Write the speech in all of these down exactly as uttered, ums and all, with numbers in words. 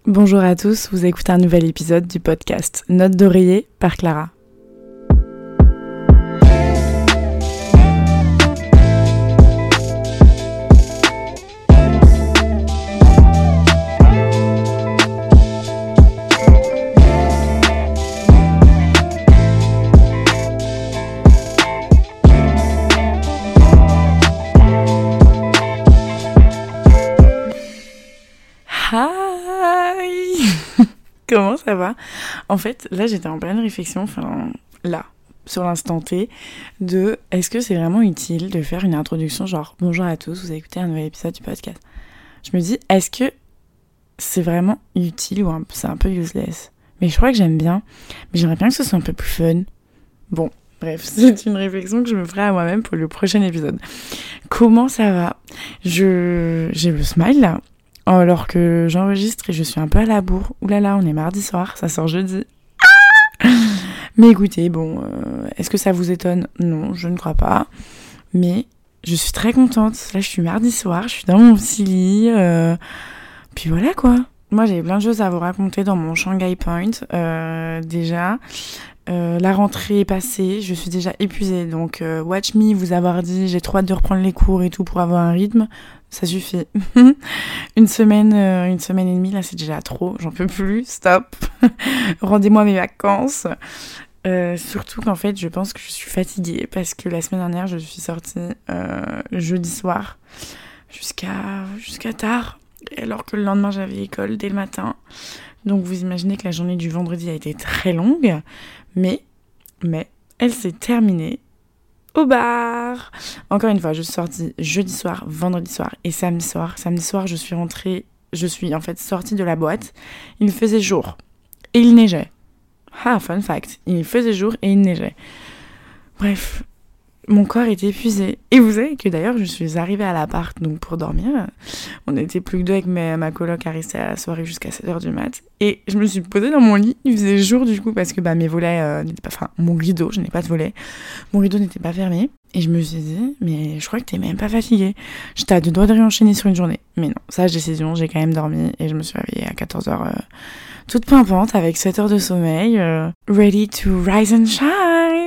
Bonjour à tous, vous écoutez un nouvel épisode du podcast Notes d'oreiller par Clara. Hi. Comment ça va? En fait, là j'étais en pleine réflexion, enfin là, sur l'instant T, de est-ce que c'est vraiment utile de faire une introduction genre bonjour à tous, vous avez écouté un nouvel épisode du podcast. Je me dis, est-ce que c'est vraiment utile ou un, c'est un peu useless? Mais je crois que j'aime bien, mais j'aimerais bien que ce soit un peu plus fun. Bon, bref, c'est une réflexion que je me ferai à moi-même pour le prochain épisode. Comment ça va? Je J'ai le smile là. Alors que j'enregistre et je suis un peu à la bourre. Ouh là là, on est mardi soir, ça sort jeudi. Ah Mais écoutez, bon, euh, est-ce que ça vous étonne? Non, je ne crois pas. Mais je suis très contente. Là, je suis mardi soir, je suis dans mon petit lit. Euh... Puis voilà quoi. Moi, j'ai plein de choses à vous raconter dans mon Shanghai Point. Euh, déjà, euh, la rentrée est passée, je suis déjà épuisée. Donc, euh, watch me vous avoir dit, j'ai trop hâte de reprendre les cours et tout pour avoir un rythme. Ça suffit. une semaine, euh, une semaine et demie, là, c'est déjà trop. J'en peux plus. Stop. Rendez-moi mes vacances. Euh, surtout qu'en fait, je pense que je suis fatiguée parce que la semaine dernière, je suis sortie euh, jeudi soir jusqu'à jusqu'à tard, alors que le lendemain, j'avais école dès le matin. Donc, vous imaginez que la journée du vendredi a été très longue, mais mais elle s'est terminée au bar. Encore une fois, je suis sortie jeudi soir, vendredi soir et samedi soir. Samedi soir, je suis rentrée, je suis en fait sortie de la boîte. Il faisait jour et il neigeait. Ah, fun fact, il faisait jour et il neigeait. Bref, mon corps était épuisé. Et vous savez que d'ailleurs, je suis arrivée à l'appart donc pour dormir. On était plus que deux avec ma, ma coloc à rester à la soirée jusqu'à sept heures du mat. Et je me suis posée dans mon lit. Il faisait jour du coup parce que bah, mes volets euh, n'étaient pas... Enfin, mon rideau, je n'ai pas de volet. Mon rideau n'était pas fermé. Et je me suis dit, mais je crois que t'es même pas fatiguée. J'étais à deux doigts de réenchaîner sur une journée. Mais non, sage décision, j'ai quand même dormi. Et je me suis réveillée à quatorze heures, euh, toute pimpante, avec sept heures de sommeil. Euh, ready to rise and shine.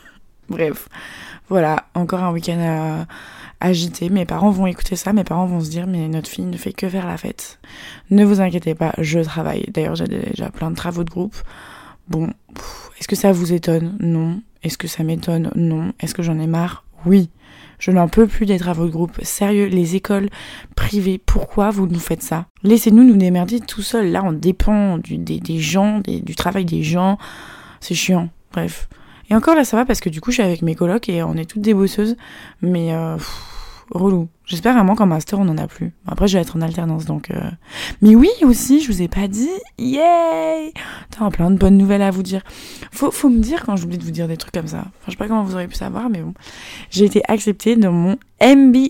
Bref. Voilà, encore un week-end à agiter. Mes parents vont écouter ça, mes parents vont se dire mais notre fille ne fait que faire la fête. Ne vous inquiétez pas, je travaille. D'ailleurs, j'ai déjà plein de travaux de groupe. Bon, pff, est-ce que ça vous étonne? Non. Est-ce que ça m'étonne? Non. Est-ce que j'en ai marre? Oui. Je n'en peux plus des travaux de groupe. Sérieux, les écoles privées, pourquoi vous nous faites ça? Laissez-nous nous démerder tout seuls. Là, on dépend du, des, des gens, des, du travail des gens. C'est chiant. Bref. Et encore là ça va parce que du coup je suis avec mes colocs et on est toutes des bosseuses, mais euh, pff, relou. J'espère vraiment qu'en master on en a plus. Après je vais être en alternance donc... Euh... Mais oui aussi, je vous ai pas dit, yay. T'as plein de bonnes nouvelles à vous dire. Faut, faut me dire quand j'oublie de vous dire des trucs comme ça. Enfin je sais pas comment vous aurez pu savoir mais bon. J'ai été acceptée dans mon M B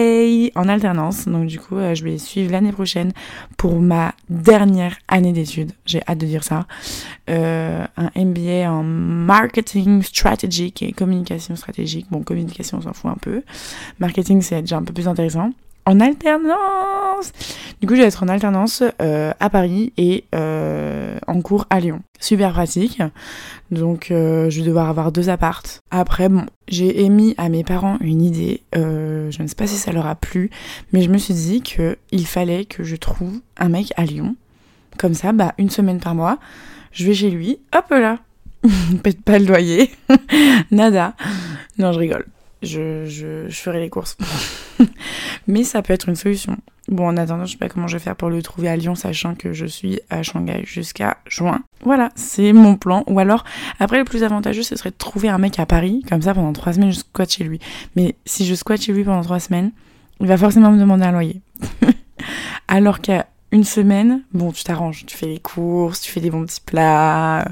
A en alternance, donc du coup euh, je vais suivre l'année prochaine pour ma dernière année d'études. J'ai hâte de dire ça. Euh, un M B A en marketing stratégique et communication stratégique. Bon, communication on s'en fout un peu. Marketing c'est déjà un peu plus intéressant. En alternance. Du coup, je vais être en alternance euh, à Paris et euh, en cours à Lyon. Super pratique. Donc, euh, je vais devoir avoir deux appartes. Après, bon, j'ai émis à mes parents une idée. Euh, je ne sais pas si ça leur a plu, mais je me suis dit qu'il fallait que je trouve un mec à Lyon. Comme ça, bah, une semaine par mois, je vais chez lui. Hop là. Pète pas le loyer. Nada. Non, je rigole. Je, je, je ferai les courses. Mais ça peut être une solution. Bon, en attendant, je sais pas comment je vais faire pour le trouver à Lyon, sachant que je suis à Shanghai jusqu'à juin. Voilà, c'est mon plan. Ou alors, après, le plus avantageux, ce serait de trouver un mec à Paris. Comme ça, pendant trois semaines, je squatte chez lui. Mais si je squatte chez lui pendant trois semaines, il va forcément me demander un loyer. Alors qu'à une semaine, bon, tu t'arranges. Tu fais les courses, tu fais des bons petits plats.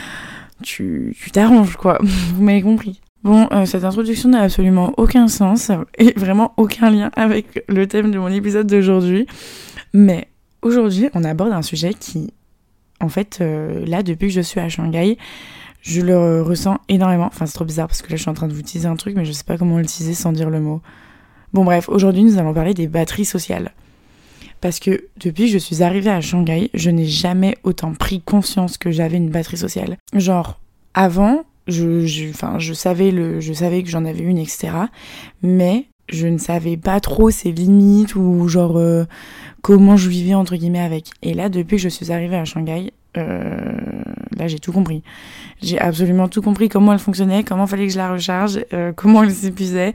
Tu, tu t'arranges, quoi. Vous m'avez compris. Bon, euh, cette introduction n'a absolument aucun sens et vraiment aucun lien avec le thème de mon épisode d'aujourd'hui. Mais aujourd'hui, on aborde un sujet qui, en fait, euh, là, depuis que je suis à Shanghai, je le ressens énormément. Enfin, c'est trop bizarre parce que là, je suis en train de vous teaser un truc, mais je sais pas comment le teaser sans dire le mot. Bon, bref, aujourd'hui, nous allons parler des batteries sociales. Parce que depuis que je suis arrivée à Shanghai, je n'ai jamais autant pris conscience que j'avais une batterie sociale. Genre, avant, je, je, enfin, je, savais, le, je savais que j'en avais une, et cetera. Mais je ne savais pas trop ses limites ou genre euh, comment je vivais entre guillemets avec. Et là, depuis que je suis arrivée à Shanghai, euh, là j'ai tout compris. J'ai absolument tout compris, comment elle fonctionnait, comment fallait que je la recharge, euh, comment elle s'épuisait.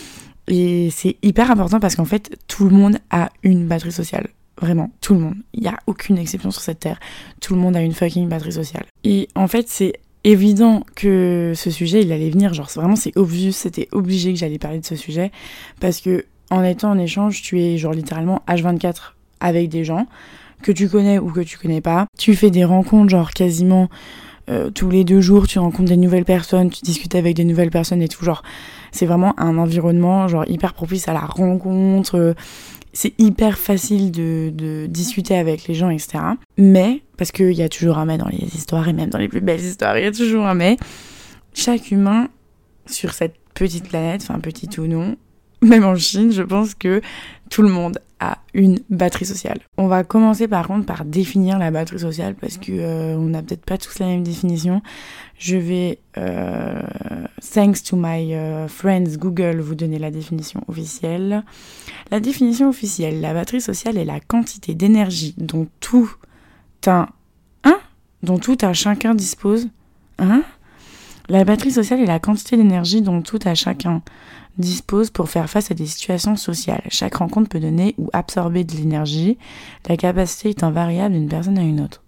Et c'est hyper important parce qu'en fait, tout le monde a une batterie sociale. Vraiment, tout le monde. Il n'y a aucune exception sur cette terre. Tout le monde a une fucking batterie sociale. Et en fait, c'est évident que ce sujet, il allait venir. Genre, c'est vraiment, c'est obvious, c'était obligé que j'allais parler de ce sujet. Parce que, en étant en échange, tu es genre littéralement H vingt-quatre avec des gens que tu connais ou que tu connais pas. Tu fais des rencontres, genre quasiment euh, tous les deux jours, tu rencontres des nouvelles personnes, tu discutes avec des nouvelles personnes et tout. Genre, c'est vraiment un environnement genre hyper propice à la rencontre. Euh, c'est hyper facile de, de discuter avec les gens, et cetera. Mais, parce qu'il y a toujours un mais dans les histoires, et même dans les plus belles histoires, il y a toujours un mais. Chaque humain sur cette petite planète, enfin petite ou non, même en Chine, je pense que tout le monde a une batterie sociale. On va commencer par contre par définir la batterie sociale parce que euh, on n'a peut-être pas tous la même définition. Je vais, euh, thanks to my uh, friends Google, vous donner la définition officielle. La définition officielle, la batterie sociale est la quantité d'énergie dont tout un, hein, dont tout un chacun dispose, hein. La batterie sociale est la quantité d'énergie dont tout un chacun dispose pour faire face à des situations sociales. Chaque rencontre peut donner ou absorber de l'énergie. La capacité est invariable d'une personne à une autre.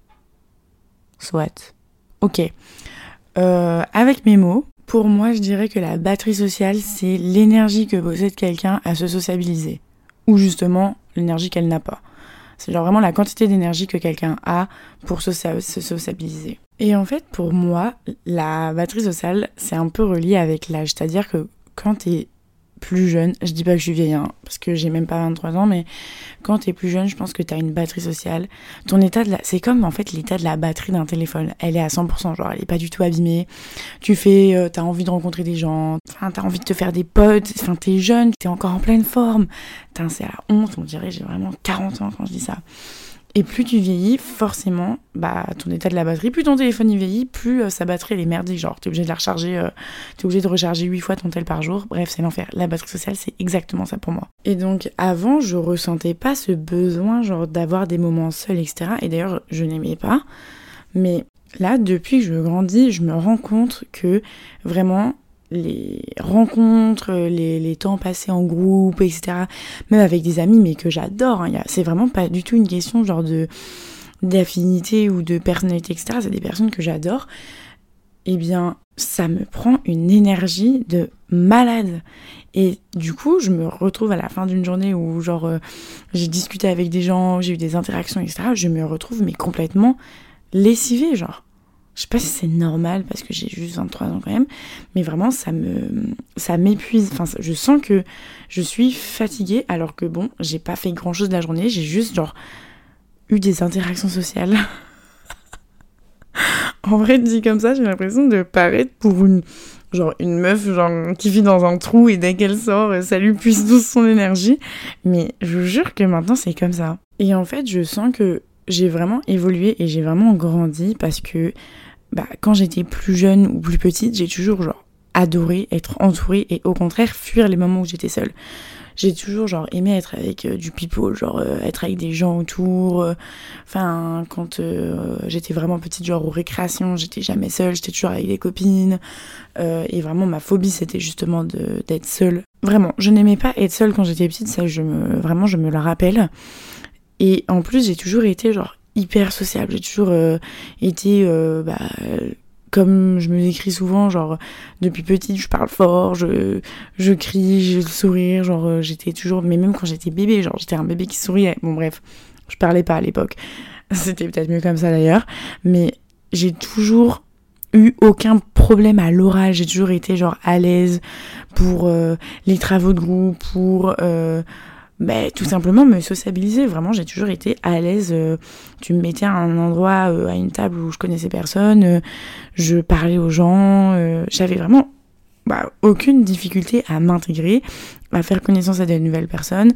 Soit. Ok. Euh, avec mes mots, pour moi, je dirais que la batterie sociale, c'est l'énergie que possède quelqu'un à se sociabiliser. Ou justement, l'énergie qu'elle n'a pas. C'est genre vraiment la quantité d'énergie que quelqu'un a pour se, se sociabiliser. Et en fait, pour moi, la batterie sociale, c'est un peu relié avec l'âge. C'est-à-dire que quand t'es plus jeune, je dis pas que je suis vieille, hein, parce que j'ai même pas vingt-trois ans, mais quand t'es plus jeune, je pense que t'as une batterie sociale. Ton état de la... C'est comme, en fait, l'état de la batterie d'un téléphone. Elle est à cent pour cent, genre, elle est pas du tout abîmée. Tu fais... Euh, t'as envie de rencontrer des gens, enfin, t'as envie de te faire des potes, enfin, t'es jeune, t'es encore en pleine forme. Putain, c'est à la honte, on dirait, j'ai vraiment quarante ans quand je dis ça. Et plus tu vieillis, forcément, bah, ton état de la batterie, plus ton téléphone y vieillit, plus euh, sa batterie elle est merdique. Genre, t'es obligé de la recharger, euh, t'es obligé de recharger huit fois ton tel par jour. Bref, c'est l'enfer. La batterie sociale, c'est exactement ça pour moi. Et donc, avant, je ressentais pas ce besoin, genre, d'avoir des moments seuls, et cetera. Et d'ailleurs, je n'aimais pas. Mais là, depuis que je grandis, je me rends compte que vraiment, les rencontres, les, les temps passés en groupe, et cetera, même avec des amis, mais que j'adore, hein, y a, c'est vraiment pas du tout une question genre de d'affinité ou de personnalité, et cetera. C'est des personnes que j'adore. Eh bien, ça me prend une énergie de malade. Et du coup, je me retrouve à la fin d'une journée où genre euh, j'ai discuté avec des gens, j'ai eu des interactions, et cetera. Je me retrouve mais complètement lessivée, genre. Je sais pas si c'est normal parce que j'ai juste vingt-trois ans quand même, mais vraiment ça me ça m'épuise. Enfin, je sens que je suis fatiguée alors que bon, j'ai pas fait grand chose de la journée, j'ai juste genre eu des interactions sociales. En vrai, dit comme ça, j'ai l'impression de paraître pour une genre une meuf genre qui vit dans un trou et dès qu'elle sort, ça lui puise douce son énergie. Mais je vous jure que maintenant c'est comme ça. Et en fait, je sens que j'ai vraiment évolué et j'ai vraiment grandi parce que bah, quand j'étais plus jeune ou plus petite, j'ai toujours genre adoré être entourée et au contraire fuir les moments où j'étais seule. J'ai toujours genre aimé être avec euh, du people, genre euh, être avec des gens autour. Euh, enfin, quand euh, j'étais vraiment petite, genre aux récréations, j'étais jamais seule, j'étais toujours avec des copines. Euh, et vraiment, ma phobie, c'était justement de, d'être seule. Vraiment, je n'aimais pas être seule quand j'étais petite, ça, je me, vraiment, je me le rappelle. Et en plus, j'ai toujours été genre hyper sociable. J'ai toujours euh, été, euh, bah, comme je me décris souvent, genre depuis petite, je parle fort, je, je crie, j'ai le sourire, genre euh, j'étais toujours, mais même quand j'étais bébé, genre j'étais un bébé qui souriait. Bon bref, je parlais pas à l'époque. C'était peut-être mieux comme ça d'ailleurs, mais j'ai toujours eu aucun problème à l'oral. J'ai toujours été genre à l'aise pour euh, les travaux de groupe, pour euh, bah, tout simplement me sociabiliser. Vraiment, j'ai toujours été à l'aise. Euh, tu me mettais à un endroit, euh, à une table où je connaissais personne, euh, je parlais aux gens, euh, j'avais vraiment bah, aucune difficulté à m'intégrer, à faire connaissance à de nouvelles personnes,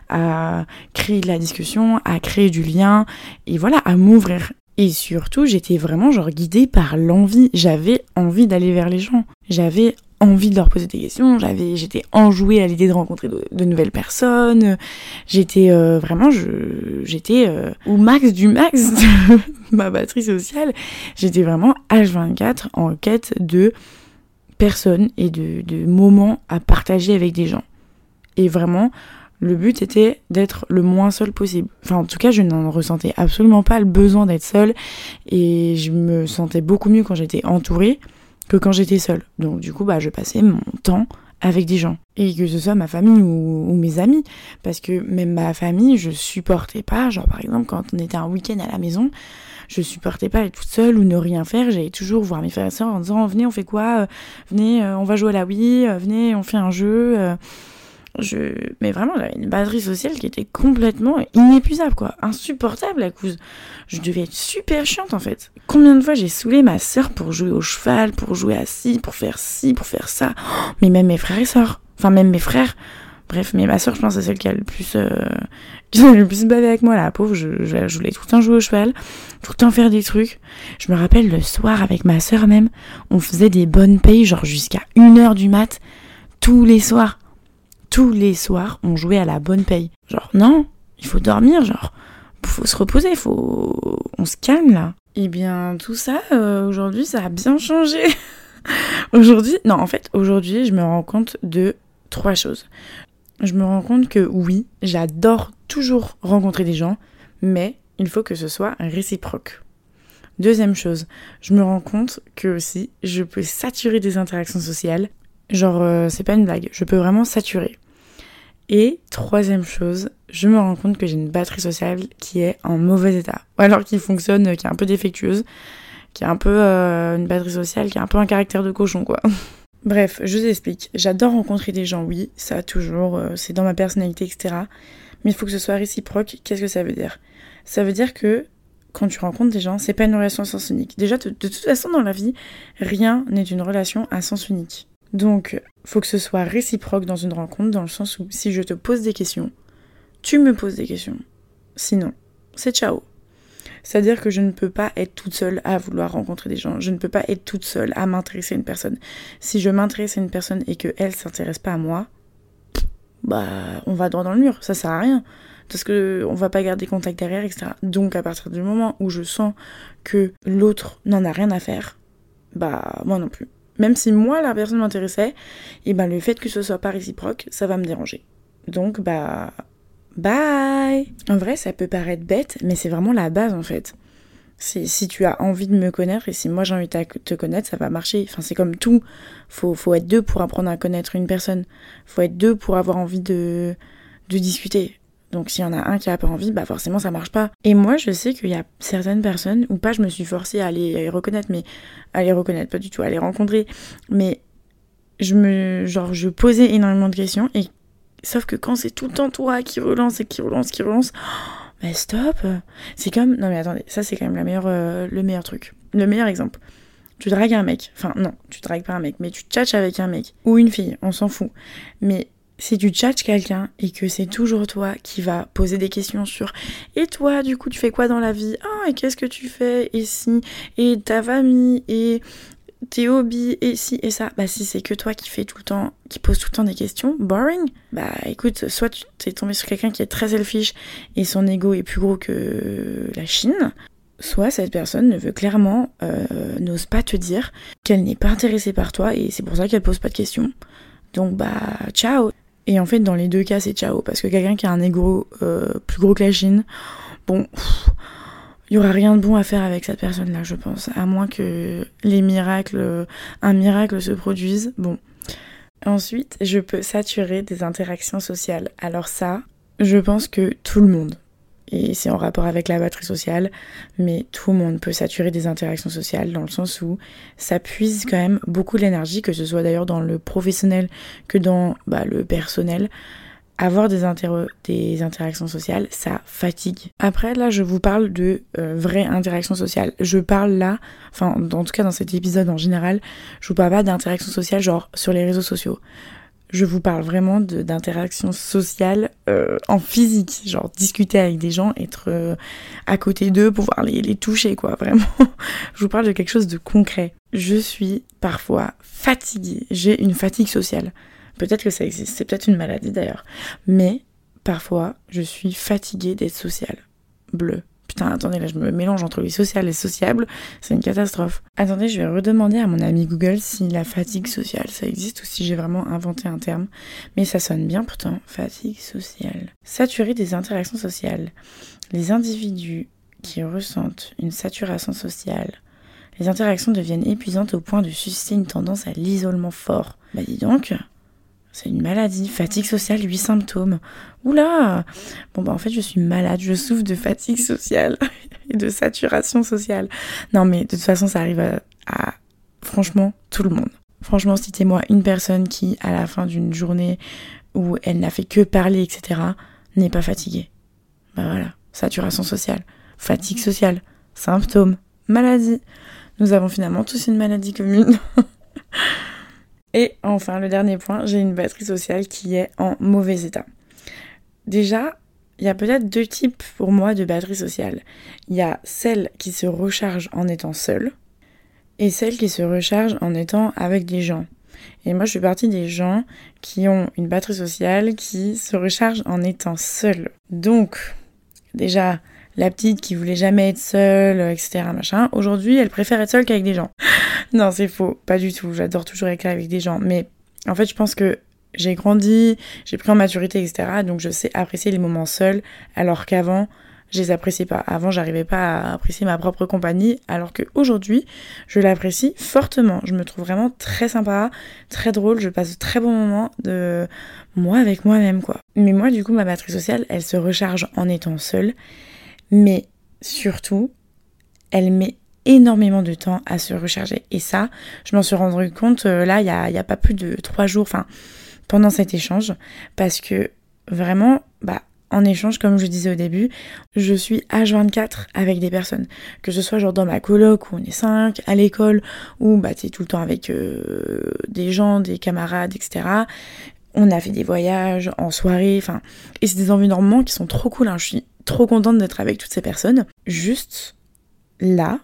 à créer de la discussion, à créer du lien, et voilà, à m'ouvrir. Et surtout, j'étais vraiment genre guidée par l'envie. J'avais envie d'aller vers les gens. J'avais envie de leur poser des questions. J'avais, j'étais enjouée à l'idée de rencontrer de, de nouvelles personnes. J'étais euh, vraiment, je, j'étais euh, au max du max de ma batterie sociale. J'étais vraiment H vingt-quatre en quête de personnes et de, de moments à partager avec des gens. Et vraiment, le but était d'être le moins seule possible. Enfin, en tout cas, je n'en ressentais absolument pas le besoin d'être seule. Et je me sentais beaucoup mieux quand j'étais entourée que quand j'étais seule. Donc du coup, bah, je passais mon temps avec des gens. Et que ce soit ma famille ou, ou mes amis. Parce que même ma famille, je supportais pas. Genre par exemple, quand on était un week-end à la maison, je supportais pas être toute seule ou ne rien faire. J'allais toujours voir mes frères et sœurs en disant « Venez, on fait quoi ? Venez, euh, on va jouer à la Wii. Venez, on fait un jeu. Euh, » Je... Mais vraiment, j'avais une batterie sociale qui était complètement inépuisable, quoi. Insupportable, la cause. Je devais être super chiante, en fait. Combien de fois j'ai saoulé ma sœur pour jouer au cheval, pour jouer à ci, pour faire ci, pour faire ça. Mais même mes frères et sœurs. Enfin, même mes frères. Bref, mais ma sœur, je pense, c'est celle qui a le plus... Euh... qui a le plus bavé avec moi, la pauvre. Je, je, je voulais tout le temps jouer au cheval, tout le temps faire des trucs. Je me rappelle, le soir, avec ma sœur même, on faisait des bonnes payes, genre jusqu'à une heure du mat, tous les soirs. Tous les soirs, on jouait à la bonne paye. Genre, non, il faut dormir, genre, faut se reposer, faut... on se calme, là. Eh bien, tout ça, euh, aujourd'hui, ça a bien changé. Aujourd'hui, non, en fait, aujourd'hui, je me rends compte de trois choses. Je me rends compte que, oui, j'adore toujours rencontrer des gens, mais il faut que ce soit réciproque. Deuxième chose, je me rends compte que aussi, je peux saturer des interactions sociales. Genre, euh, c'est pas une blague, je peux vraiment saturer. Et troisième chose, je me rends compte que j'ai une batterie sociale qui est en mauvais état. Ou alors qui fonctionne, qui est un peu défectueuse, qui a un peu euh, une batterie sociale, qui a un peu un caractère de cochon, quoi. Bref, je vous explique. J'adore rencontrer des gens, oui, ça toujours, euh, c'est dans ma personnalité, et cetera. Mais il faut que ce soit réciproque. Qu'est-ce que ça veut dire ? Ça veut dire que quand tu rencontres des gens, c'est pas une relation à sens unique. Déjà, de, de toute façon, dans la vie, rien n'est une relation à sens unique. Donc, faut que ce soit réciproque dans une rencontre, dans le sens où si je te pose des questions, tu me poses des questions. Sinon, c'est ciao. C'est-à-dire que je ne peux pas être toute seule à vouloir rencontrer des gens. Je ne peux pas être toute seule à m'intéresser à une personne. Si je m'intéresse à une personne et qu'elle ne s'intéresse pas à moi, bah, on va droit dans le mur. Ça sert à rien. Parce qu'on va pas garder contact derrière, et cetera. Donc, à partir du moment où je sens que l'autre n'en a rien à faire, bah, moi non plus. Même si moi, la personne m'intéressait, et ben le fait que ce soit pas réciproque, ça va me déranger. Donc, bah, bye. En vrai, ça peut paraître bête, mais c'est vraiment la base, en fait. C'est, si tu as envie de me connaître, et si moi j'ai envie de te connaître, ça va marcher. Enfin, c'est comme tout. Faut, faut être deux pour apprendre à connaître une personne. Faut être deux pour avoir envie de, de discuter. Donc s'il y en a un qui a pas envie, bah forcément ça marche pas. Et moi je sais qu'il y a certaines personnes, ou pas je me suis forcée à les, à les reconnaître, mais à les reconnaître, pas du tout, à les rencontrer. Mais je me, genre je posais énormément de questions, et sauf que quand c'est tout le temps toi qui relance et qui relance, qui relance, oh, mais stop. C'est comme, non mais attendez, ça c'est quand même la meilleure, euh, le meilleur truc, le meilleur exemple. Tu dragues un mec, enfin non, tu dragues pas un mec, mais tu tchatches avec un mec, ou une fille, on s'en fout. Mais si tu tchatches quelqu'un et que c'est toujours toi qui va poser des questions sur « Et toi, du coup, tu fais quoi dans la vie ? Ah, et qu'est-ce que tu fais ? Et si ? Et ta famille ? Et tes hobbies ? Et si ? Et ça ?» Bah si c'est que toi qui fais tout le temps, qui pose tout le temps des questions, boring. Bah écoute, soit tu t'es tombé sur quelqu'un qui est très selfish et son ego est plus gros que la Chine, soit cette personne ne veut clairement, euh, n'ose pas te dire qu'elle n'est pas intéressée par toi et c'est pour ça qu'elle pose pas de questions. Donc bah, ciao. Et en fait, dans les deux cas, c'est ciao. Parce que quelqu'un qui a un ego euh, plus gros que la Chine, bon, il y aura rien de bon à faire avec cette personne-là, je pense. À moins que les miracles, un miracle se produise. Bon. Ensuite, je peux saturer des interactions sociales. Alors ça, je pense que tout le monde, et c'est en rapport avec la batterie sociale, mais tout le monde peut saturer des interactions sociales dans le sens où ça puise quand même beaucoup l'énergie, que ce soit d'ailleurs dans le professionnel que dans bah, le personnel. avoir des, inter- des interactions sociales, ça fatigue. Après, là, je vous parle de euh, vraies interactions sociales. Je parle là, enfin, en tout cas dans cet épisode en général, je vous parle pas d'interactions sociales genre sur les réseaux sociaux. Je vous parle vraiment de, d'interactions sociales euh, en physique, genre discuter avec des gens, être euh, à côté d'eux, pouvoir les, les toucher, quoi, vraiment. Je vous parle de quelque chose de concret. Je suis parfois fatiguée, j'ai une fatigue sociale. Peut-être que ça existe, c'est peut-être une maladie d'ailleurs. Mais parfois, je suis fatiguée d'être sociale. Bleu. Putain, attendez, là je me mélange entre les sociales et sociables, c'est une catastrophe. Attendez, je vais redemander à mon ami Google si la fatigue sociale, ça existe ou si j'ai vraiment inventé un terme. Mais ça sonne bien pourtant, fatigue sociale. Saturer des interactions sociales. Les individus qui ressentent une saturation sociale, les interactions deviennent épuisantes au point de susciter une tendance à l'isolement fort. Bah dis donc... C'est une maladie, fatigue sociale, huit symptômes. Oula! Bon bah en fait je suis malade, je souffre de fatigue sociale et de saturation sociale. Non mais de toute façon ça arrive à, à franchement tout le monde. Franchement citez-moi une personne qui à la fin d'une journée où elle n'a fait que parler et cetera n'est pas fatiguée. Bah voilà, saturation sociale, fatigue sociale, symptômes, maladie. Nous avons finalement tous une maladie commune. Et enfin, le dernier point, j'ai une batterie sociale qui est en mauvais état. Déjà, il y a peut-être deux types pour moi de batterie sociale. Il y a celle qui se recharge en étant seule et celle qui se recharge en étant avec des gens. Et moi, je fais partie des gens qui ont une batterie sociale qui se recharge en étant seule. Donc, déjà... La petite qui voulait jamais être seule, et cetera machin. Aujourd'hui, elle préfère être seule qu'avec des gens. Non, c'est faux. Pas du tout. J'adore toujours être avec des gens. Mais en fait, je pense que j'ai grandi, j'ai pris en maturité, et cetera. Donc, je sais apprécier les moments seuls, alors qu'avant, je les appréciais pas. Avant, j'arrivais pas à apprécier ma propre compagnie, alors qu'aujourd'hui, je l'apprécie fortement. Je me trouve vraiment très sympa, très drôle. Je passe de très bons moments de moi avec moi-même, quoi. Mais moi, du coup, ma batterie sociale, elle se recharge en étant seule. Mais surtout, elle met énormément de temps à se recharger. Et ça, je m'en suis rendu compte euh, là, il y a, y a pas plus de trois jours, enfin, pendant cet échange. Parce que vraiment, bah, en échange, comme je disais au début, je suis H vingt-quatre avec des personnes. Que ce soit genre dans ma coloc où on est cinq, à l'école, où bah, t'es tout le temps avec euh, des gens, des camarades, et cetera. On a fait des voyages en soirée, enfin... Et c'est des environnements qui sont trop cool, hein. Je suis trop contente d'être avec toutes ces personnes. Juste, là,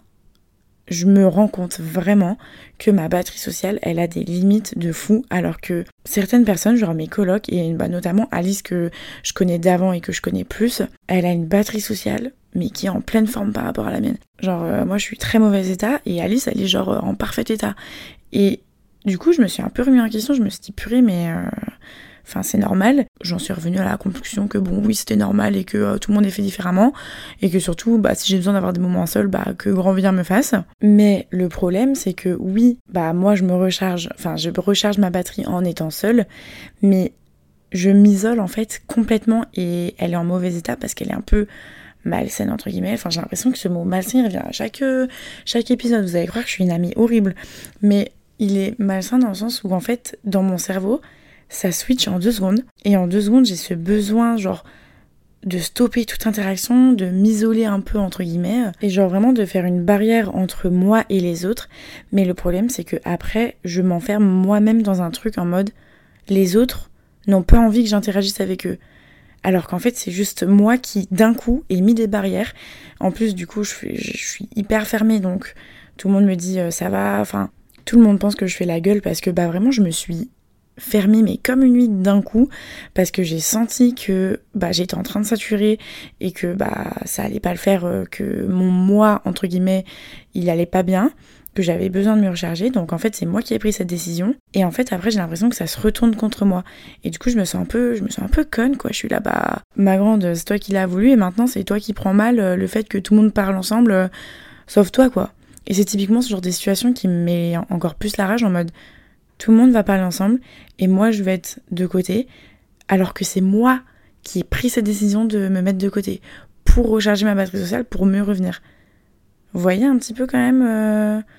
je me rends compte vraiment que ma batterie sociale, elle a des limites de fou, alors que certaines personnes, genre mes colocs, et bah, notamment Alice que je connais d'avant et que je connais plus, elle a une batterie sociale, mais qui est en pleine forme par rapport à la mienne. Genre, euh, moi, je suis très mauvais état, et Alice, elle est genre euh, en parfait état. Et... Du coup, je me suis un peu remis en question, je me suis dit, purée, mais... Euh... Enfin, c'est normal. J'en suis revenue à la conclusion que bon, oui, c'était normal et que euh, tout le monde est fait différemment. Et que surtout, bah, si j'ai besoin d'avoir des moments seuls, bah, que grand bien me fasse. Mais le problème, c'est que oui, bah, moi, je me recharge... Enfin, je recharge ma batterie en étant seule. Mais je m'isole, en fait, complètement. Et elle est en mauvais état parce qu'elle est un peu... malsaine entre guillemets, enfin j'ai l'impression que ce mot malsain revient à chaque, euh, chaque épisode. Vous allez croire que je suis une amie horrible. Mais... il est malsain dans le sens où en fait, dans mon cerveau, ça switch en deux secondes. Et en deux secondes, j'ai ce besoin, genre, de stopper toute interaction, de m'isoler un peu, entre guillemets. Et genre vraiment de faire une barrière entre moi et les autres. Mais le problème, c'est que après, je m'enferme moi-même dans un truc en mode, les autres n'ont pas envie que j'interagisse avec eux. Alors qu'en fait, c'est juste moi qui, d'un coup, ai mis des barrières. En plus, du coup, je suis, je suis hyper fermée, donc tout le monde me dit, euh, ça va, enfin... Tout le monde pense que je fais la gueule parce que bah vraiment je me suis fermée mais comme une huître d'un coup parce que j'ai senti que bah j'étais en train de saturer et que bah ça allait pas le faire, euh, que mon moi entre guillemets il allait pas bien, que j'avais besoin de me recharger. Donc en fait c'est moi qui ai pris cette décision et en fait après j'ai l'impression que ça se retourne contre moi et du coup je me sens un peu je me sens un peu conne quoi. Je suis là bah ma grande, c'est toi qui l'as voulu et maintenant c'est toi qui prends mal euh, le fait que tout le monde parle ensemble euh, sauf toi quoi. Et c'est typiquement ce genre de situation qui me met encore plus la rage en mode tout le monde va parler ensemble et moi je vais être de côté alors que c'est moi qui ai pris cette décision de me mettre de côté pour recharger ma batterie sociale, pour mieux revenir. Vous voyez un petit peu quand même euh,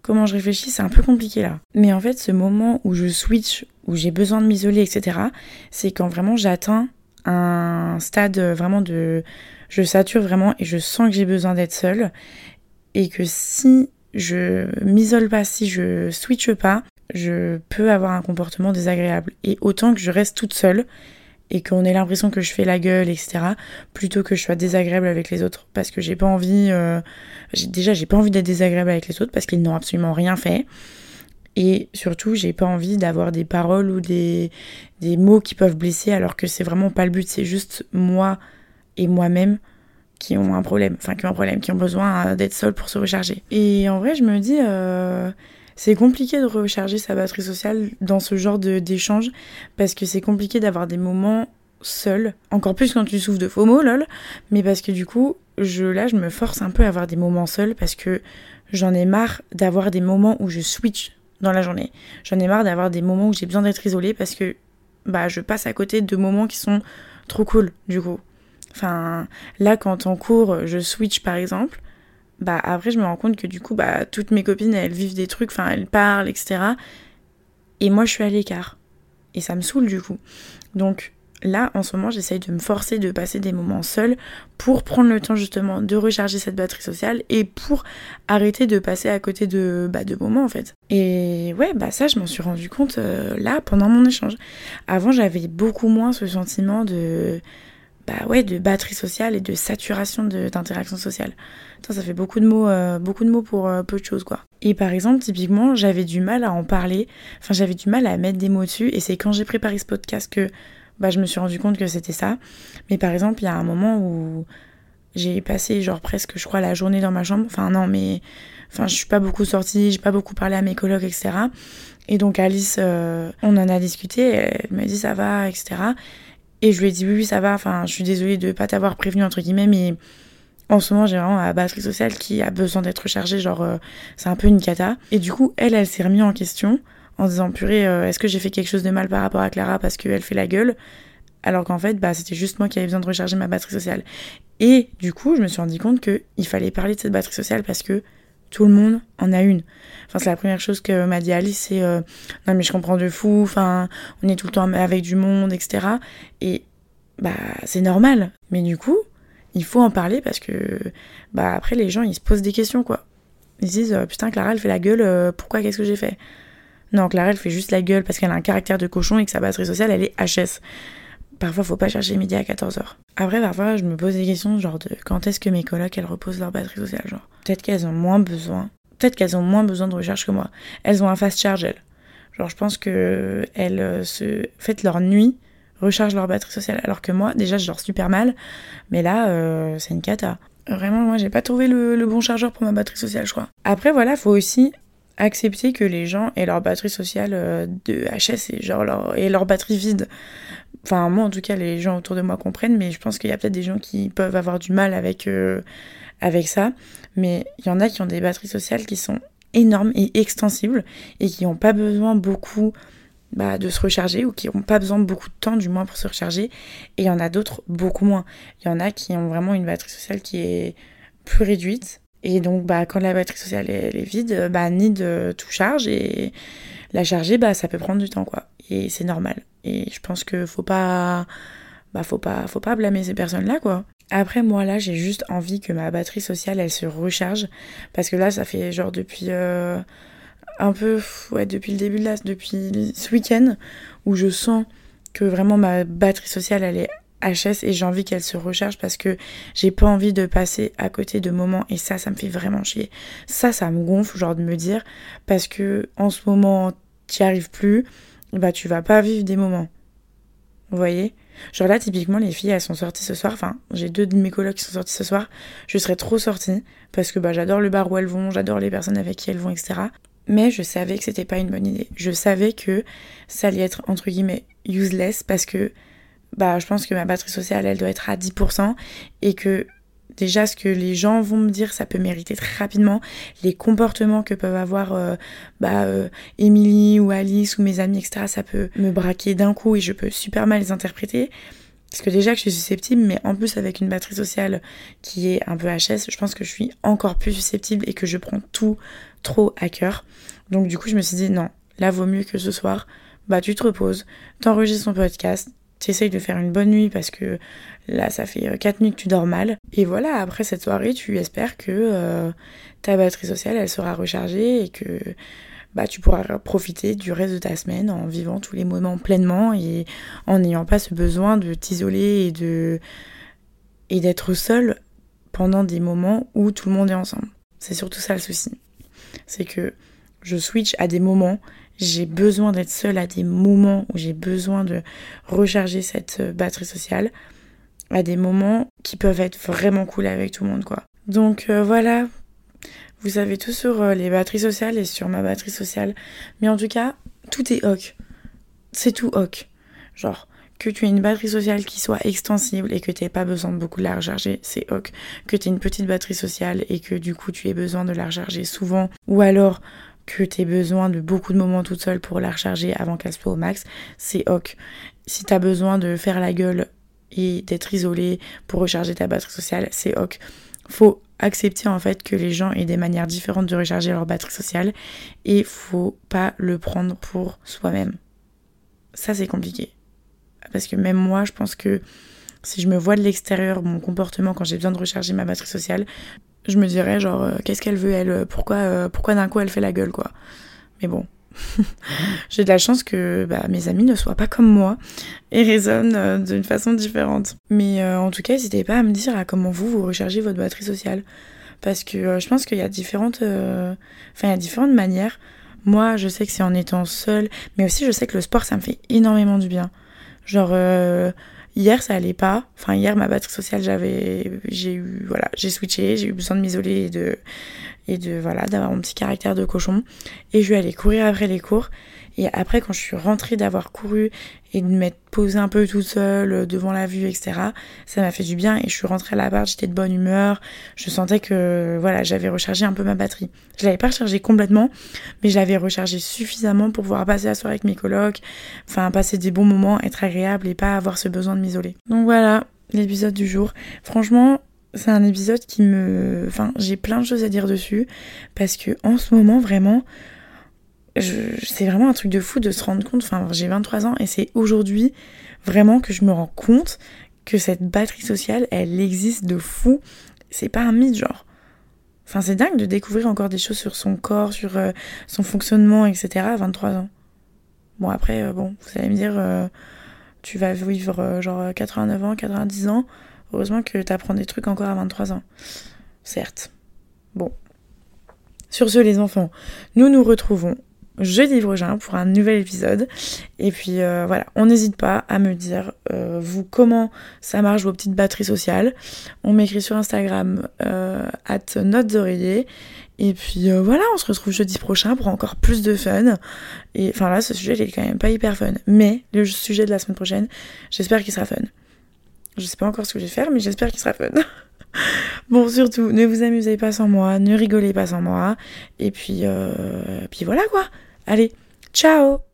comment je réfléchis, c'est un peu compliqué là. Mais en fait, ce moment où je switch, où j'ai besoin de m'isoler, et cetera, c'est quand vraiment j'atteins un stade vraiment de... Je sature vraiment et je sens que j'ai besoin d'être seule. Et que si je m'isole pas, si je switche pas, je peux avoir un comportement désagréable. Et autant que je reste toute seule et qu'on ait l'impression que je fais la gueule, et cetera, plutôt que je sois désagréable avec les autres. Parce que j'ai pas envie... Euh, j'ai, déjà, j'ai pas envie d'être désagréable avec les autres parce qu'ils n'ont absolument rien fait. Et surtout, j'ai pas envie d'avoir des paroles ou des, des mots qui peuvent blesser alors que c'est vraiment pas le but. C'est juste moi et moi-même qui ont un problème, enfin qui ont un problème, qui ont besoin d'être seuls pour se recharger. Et en vrai, je me dis... Euh, c'est compliqué de recharger sa batterie sociale dans ce genre de, d'échange parce que c'est compliqué d'avoir des moments seuls, encore plus quand tu souffres de FOMO, lol, mais parce que du coup, je, là, je me force un peu à avoir des moments seuls parce que j'en ai marre d'avoir des moments où je switch dans la journée. J'en ai marre d'avoir des moments où j'ai besoin d'être isolée parce que bah, je passe à côté de moments qui sont trop cool, du coup. Enfin, là, quand en cours, je switch, par exemple, bah après je me rends compte que du coup bah toutes mes copines elles vivent des trucs, enfin elles parlent, etc, et moi je suis à l'écart et ça me saoule du coup. Donc là en ce moment j'essaye de me forcer de passer des moments seuls pour prendre le temps justement de recharger cette batterie sociale et pour arrêter de passer à côté de, bah, de moments en fait. Et ouais bah ça je m'en suis rendu compte euh, là pendant mon échange. Avant j'avais beaucoup moins ce sentiment de... bah ouais, de batterie sociale et de saturation de, d'interaction sociale. Attends, ça fait beaucoup de mots, euh, beaucoup de mots pour euh, peu de choses, quoi. Et par exemple, typiquement, j'avais du mal à en parler, enfin j'avais du mal à mettre des mots dessus, et c'est quand j'ai préparé ce podcast que bah, je me suis rendu compte que c'était ça. Mais par exemple, il y a un moment où j'ai passé genre presque, je crois, la journée dans ma chambre, enfin non, mais enfin je suis pas beaucoup sortie, j'ai pas beaucoup parlé à mes colocs, et cetera. Et donc Alice, euh, on en a discuté, elle m'a dit ça va, et cetera. Et je lui ai dit oui, oui, ça va, enfin, je suis désolée de pas t'avoir prévenu, entre guillemets, mais en ce moment, j'ai vraiment la batterie sociale qui a besoin d'être rechargée, genre, euh, c'est un peu une cata. Et du coup, elle, elle s'est remise en question, en disant, purée, euh, est-ce que j'ai fait quelque chose de mal par rapport à Clara parce qu'elle fait la gueule ? Alors qu'en fait, bah, c'était juste moi qui avais besoin de recharger ma batterie sociale. Et du coup, je me suis rendu compte qu'il fallait parler de cette batterie sociale parce que tout le monde en a une. Enfin, c'est la première chose que m'a dit Alice, c'est euh, non mais je comprends de fou, enfin, on est tout le temps avec du monde, et cetera. Et bah c'est normal. Mais du coup, il faut en parler parce que bah après les gens ils se posent des questions quoi. Ils se disent euh, putain Clara elle fait la gueule, euh, pourquoi qu'est-ce que j'ai fait ? Non, Clara elle fait juste la gueule parce qu'elle a un caractère de cochon et que sa batterie sociale elle est H S. Parfois, faut pas chercher midi à quatorze heures. Après, parfois, je me pose des questions, genre de quand est-ce que mes colocs, elles reposent leur batterie sociale, genre. Peut-être qu'elles ont moins besoin. Peut-être qu'elles ont moins besoin de recharge que moi. Elles ont un fast charge, elles. Genre, je pense que elles euh, se... faites leur nuit, rechargent leur batterie sociale. Alors que moi, déjà, je dors super mal. Mais là, euh, c'est une cata. Vraiment, moi, j'ai pas trouvé le, le bon chargeur pour ma batterie sociale, je crois. Après, voilà, faut aussi accepter que les gens aient leur batterie sociale euh, de H S et, genre leur, et leur batterie vide. Enfin, moi, en tout cas, les gens autour de moi comprennent, mais je pense qu'il y a peut-être des gens qui peuvent avoir du mal avec, euh, avec ça. Mais il y en a qui ont des batteries sociales qui sont énormes et extensibles et qui n'ont pas besoin beaucoup bah, de se recharger ou qui n'ont pas besoin de beaucoup de temps, du moins, pour se recharger. Et il y en a d'autres beaucoup moins. Il y en a qui ont vraiment une batterie sociale qui est plus réduite. Et donc, bah, quand la batterie sociale est, elle est vide, bah, need tout charge et la charger, bah, ça peut prendre du temps, quoi. Et c'est normal. Et je pense que faut pas, bah, faut pas, faut pas blâmer ces personnes-là, quoi. Après, moi, là, j'ai juste envie que ma batterie sociale, elle se recharge. Parce que là, ça fait genre depuis euh, un peu, ouais, depuis le début de là, depuis ce week-end, où je sens que vraiment ma batterie sociale, elle est H S et j'ai envie qu'elle se recharge parce que j'ai pas envie de passer à côté de moments et ça, ça me fait vraiment chier. Ça, ça me gonfle, genre de me dire, parce que en ce moment, t'y arrives plus, bah tu vas pas vivre des moments. Vous voyez ? Genre là, typiquement, les filles, elles sont sorties ce soir. Enfin, j'ai deux de mes colocs qui sont sortis ce soir. Je serais trop sortie parce que bah j'adore le bar où elles vont, j'adore les personnes avec qui elles vont, et cetera. Mais je savais que c'était pas une bonne idée. Je savais que ça allait être, entre guillemets, useless parce que bah je pense que ma batterie sociale, elle doit être à dix pour cent et que déjà, ce que les gens vont me dire, ça peut mériter très rapidement. Les comportements que peuvent avoir euh, bah, euh, Émilie ou Alice ou mes amis, et cetera, ça peut me braquer d'un coup et je peux super mal les interpréter. Parce que déjà que je suis susceptible, mais en plus avec une batterie sociale qui est un peu H S, je pense que je suis encore plus susceptible et que je prends tout trop à cœur. Donc du coup, je me suis dit non, là vaut mieux que ce soir, bah tu te reposes, t'enregistres ton podcast, t'essayes de faire une bonne nuit parce que là ça fait quatre nuits que tu dors mal. Et voilà, après cette soirée, tu espères que euh, ta batterie sociale elle sera rechargée et que bah tu pourras profiter du reste de ta semaine en vivant tous les moments pleinement et en n'ayant pas ce besoin de t'isoler et de et d'être seul pendant des moments où tout le monde est ensemble. C'est surtout ça le souci. C'est que je switch à des moments, j'ai besoin d'être seule à des moments où j'ai besoin de recharger cette batterie sociale, à des moments qui peuvent être vraiment cool avec tout le monde, quoi. Donc euh, voilà, vous savez tout sur euh, les batteries sociales et sur ma batterie sociale. Mais en tout cas, tout est ok. C'est tout ok. Genre, que tu aies une batterie sociale qui soit extensible et que tu n'aies pas besoin de beaucoup de la recharger, c'est ok. Que tu aies une petite batterie sociale et que du coup tu aies besoin de la recharger souvent, ou alors que tu aies besoin de beaucoup de moments toute seule pour la recharger avant qu'elle soit au max, c'est ok. Si tu as besoin de faire la gueule et d'être isolé pour recharger ta batterie sociale, c'est ok. Faut accepter en fait que les gens aient des manières différentes de recharger leur batterie sociale et faut pas le prendre pour soi-même. Ça c'est compliqué. Parce que même moi, je pense que si je me vois de l'extérieur, mon comportement quand j'ai besoin de recharger ma batterie sociale, je me dirais genre, euh, qu'est-ce qu'elle veut elle, pourquoi, euh, pourquoi d'un coup elle fait la gueule quoi. Mais bon, j'ai de la chance que bah, mes amis ne soient pas comme moi et raisonnent euh, d'une façon différente. Mais euh, en tout cas, n'hésitez pas à me dire à comment vous, vous rechargez votre batterie sociale. Parce que euh, je pense qu'il y a différentes, euh... enfin, il y a différentes manières. Moi, je sais que c'est en étant seule, mais aussi je sais que le sport, ça me fait énormément du bien. Genre, euh, hier, ça allait pas. Enfin, hier, ma batterie sociale, j'avais, j'ai eu, voilà, j'ai switché, j'ai eu besoin de m'isoler et de, et de, voilà, d'avoir mon petit caractère de cochon. Et je suis allée courir après les cours. Et après, quand je suis rentrée d'avoir couru et de m'être posée un peu toute seule devant la vue, et cetera, ça m'a fait du bien. Et je suis rentrée à l'appart, j'étais de bonne humeur. Je sentais que, voilà, j'avais rechargé un peu ma batterie. Je l'avais pas rechargée complètement, mais je l'avais rechargée suffisamment pour pouvoir passer la soirée avec mes colocs, enfin, passer des bons moments, être agréable et pas avoir ce besoin de m'isoler. Donc voilà, l'épisode du jour. Franchement, c'est un épisode qui me... Enfin, j'ai plein de choses à dire dessus, parce que en ce moment, vraiment... Je, c'est vraiment un truc de fou de se rendre compte, enfin j'ai vingt-trois ans et c'est aujourd'hui vraiment que je me rends compte que cette batterie sociale, elle existe de fou, c'est pas un mythe genre. Enfin c'est dingue de découvrir encore des choses sur son corps, sur euh, son fonctionnement, et cetera à vingt-trois ans. Bon après, euh, bon, vous allez me dire, euh, tu vas vivre euh, genre quatre-vingt-neuf ans, quatre-vingt-dix ans, heureusement que t'apprends des trucs encore à vingt-trois ans. Certes. Bon. Sur ce les enfants, nous nous retrouvons jeudi prochain pour un nouvel épisode. Et puis euh, voilà, on n'hésite pas à me dire euh, vous comment ça marche vos petites batteries sociales. On m'écrit sur Instagram euh, at notesoreiller. Et puis euh, voilà, on se retrouve jeudi prochain pour encore plus de fun. Et enfin là, ce sujet il est quand même pas hyper fun. Mais le sujet de la semaine prochaine, j'espère qu'il sera fun. Je sais pas encore ce que je vais faire, mais j'espère qu'il sera fun. Bon, surtout, ne vous amusez pas sans moi, ne rigolez pas sans moi. Et puis, euh, puis voilà quoi. Allez, ciao!